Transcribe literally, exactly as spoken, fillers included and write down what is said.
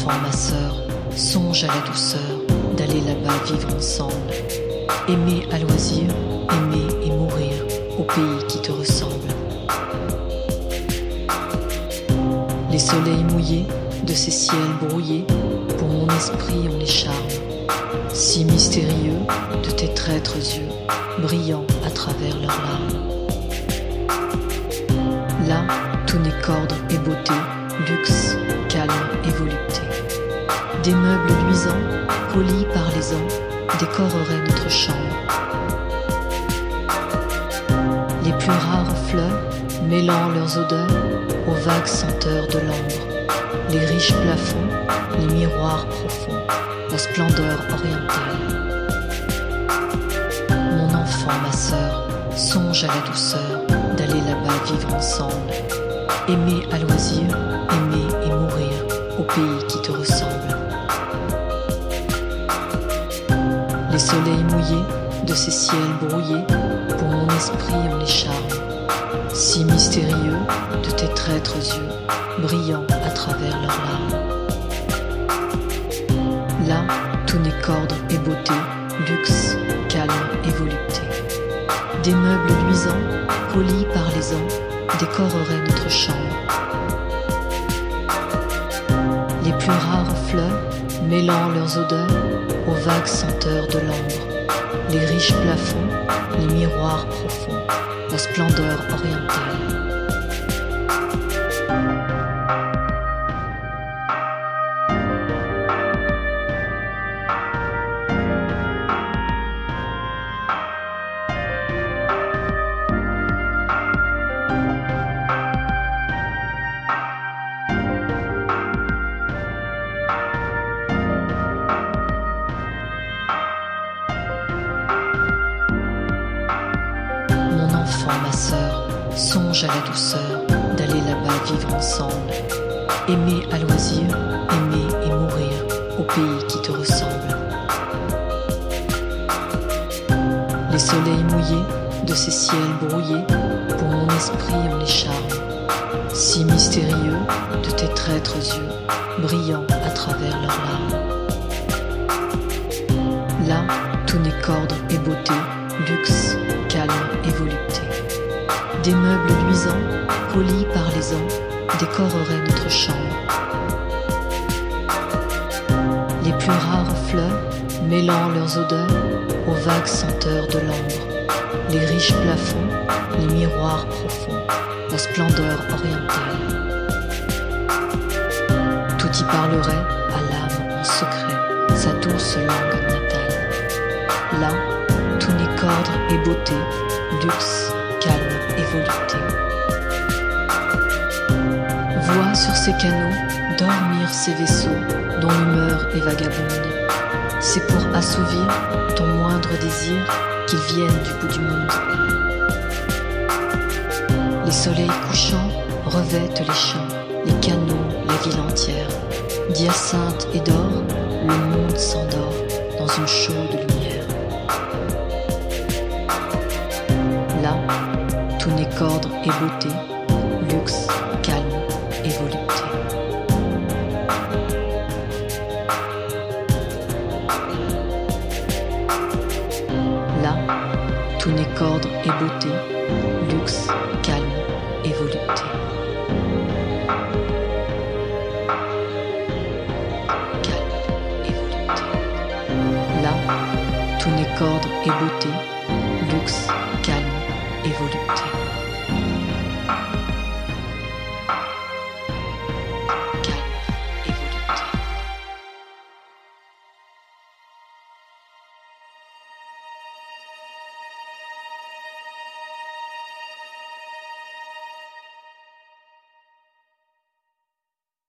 enfant, ma sœur, songe à la douceur d'aller là-bas vivre ensemble. Aimer à loisir, aimer et mourir au pays qui te ressemble. Les soleils mouillés de ces ciels brouillés, pour mon esprit ont les charmes si mystérieux de tes traîtres yeux, brillants à travers leurs larmes. Là, tout n'est qu'ordre et beauté, luxe, calme et volupté. Des meubles luisants, polis par les ans, décoreraient notre chambre. Les plus rares fleurs, mêlant leurs odeurs aux vagues senteurs de l'ambre. Les riches plafonds, les miroirs profonds, la splendeur orientale. Mon enfant, ma sœur, songe à la douceur d'aller là-bas vivre ensemble. Aimer à loisir, aimer et mourir au pays qui te ressemble. Les soleils mouillés de ces ciels brouillés, pour mon esprit ont les charmes si mystérieux de tes traîtres yeux, brillants à travers leurs larmes. Là, tout n'est qu'ordre et beauté, luxe, calme et volupté. Des meubles luisants, polis par les ans, décoreraient notre chambre. Les plus rares fleurs, mêlant leurs odeurs aux vagues senteurs de l'ambre. Les riches plafonds, les miroirs profonds, la splendeur orientale. Enfant, ma sœur, songe à la douceur d'aller là-bas vivre ensemble. Aimer à loisir, aimer et mourir au pays qui te ressemble. Les soleils mouillés de ces ciels brouillés, pour mon esprit ont les charmes si mystérieux de tes traîtres yeux, brillants à travers leurs larmes. Là, tout n'est qu'ordre et beauté, luxe, calme et volupté. Des meubles luisants, polis par les ans, décoreraient notre chambre. Les plus rares fleurs, mêlant leurs odeurs aux vagues senteurs de l'ambre. Les riches plafonds, les miroirs profonds, la splendeur orientale. Tout y parlerait à l'âme en secret, sa douce langue natale. Là, tout n'est qu'ordre et beauté, luxe, calme et volupté. Vois sur ces canaux dormir ces vaisseaux dont l'humeur est vagabonde. C'est pour assouvir ton moindre désir qu'ils viennent du bout du monde. Les soleils couchants revêtent les champs, les canaux, la ville entière. D'hyacinthe et d'or, le monde s'endort dans une chaude lumière. Là, tout n'est qu'ordre et beauté, luxe, calme et volupté. Là, tout n'est qu'ordre et beauté, luxe, calme et volupté. Calme et volupté. Là, tout n'est qu'ordre et beauté, luxe, calme et volupté.